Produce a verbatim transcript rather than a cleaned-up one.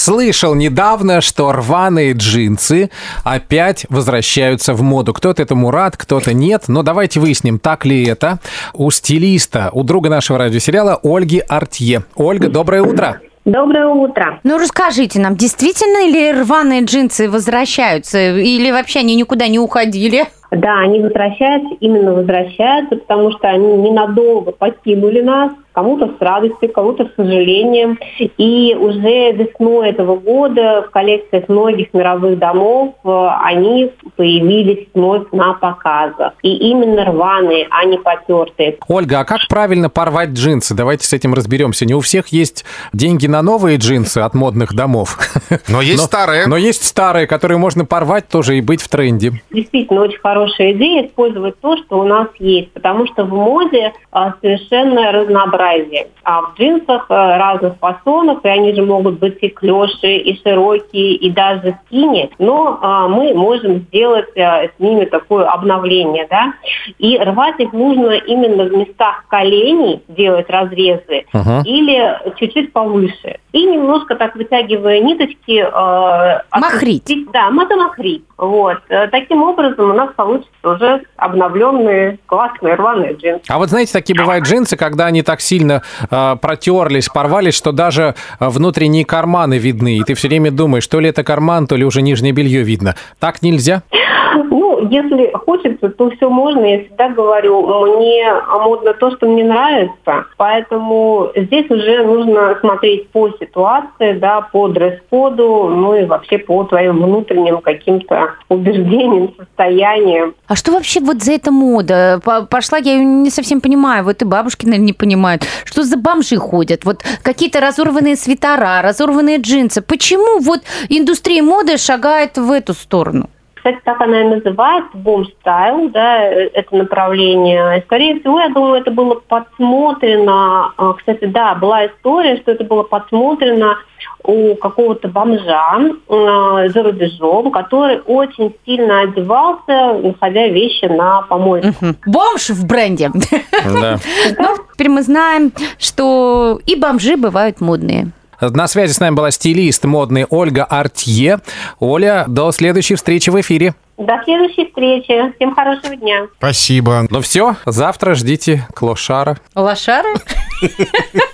слышал недавно, что рваные джинсы опять возвращаются в моду. Кто-то этому рад, кто-то нет. Но давайте выясним, так ли это у стилиста, у друга нашего радиосериала Ольги Артье. Ольга, доброе утро. Доброе утро. Ну, расскажите нам, действительно ли рваные джинсы возвращаются или вообще они никуда не уходили? Да, они возвращаются, именно возвращаются, потому что они ненадолго покинули нас, кому-то с радостью, кому-то с сожалением. И уже весной этого года в коллекциях многих мировых домов они появились вновь на показах. И именно рваные, а не потертые. Ольга, а как правильно порвать джинсы? Давайте с этим разберемся. Не у всех есть деньги на новые джинсы от модных домов. Но есть но, старые. Но есть старые, которые можно порвать тоже и быть в тренде. Действительно, очень хорошая идея использовать то, что у нас есть. Потому что в моде а, совершенно разнообразие. А в джинсах а, разных фасонов, и они же могут быть и клёши, и широкие, и даже скини. Но а, мы можем сделать а, с ними такое обновление, да. И рвать их нужно именно в местах коленей, делать разрезы, uh-huh. или чуть-чуть повыше. И немножко так вытягивая ниточки... Э, махрить. От... Да, замахрить. Вот. Таким образом у нас получится уже обновленные классные рваные джинсы. А вот знаете, такие бывают джинсы, когда они так сильно э, протерлись, порвались, что даже внутренние карманы видны. И ты все время думаешь, то ли это карман, то ли уже нижнее белье видно. Так нельзя? Ну, если хочется, то все можно. Я всегда говорю, мне модно то, что мне нравится. Поэтому здесь уже нужно смотреть по ситуации, да, по дресс-коду, ну и вообще по твоим внутренним каким-то убеждениям, состояниям. А что вообще вот за эта мода? Пошла, я ее не совсем понимаю. Вот и бабушки, наверное, не понимают. Что за бомжи ходят? Вот какие-то разорванные свитера, разорванные джинсы. Почему вот индустрия моды шагает в эту сторону? Кстати, так она и называется, бомж-стайл, да, это направление. Скорее всего, я думаю, это было подсмотрено, кстати, да, была история, что это было подсмотрено у какого-то бомжа э, за рубежом, который очень сильно одевался, находя вещи на помойку. Угу. Бомж в бренде. Да. Ну, теперь мы знаем, что и бомжи бывают модные. На связи с нами была стилист модный Ольга Артье. Оля, до следующей встречи в эфире. До следующей встречи. Всем хорошего дня. Спасибо. Ну все, завтра ждите клошара. Лошары?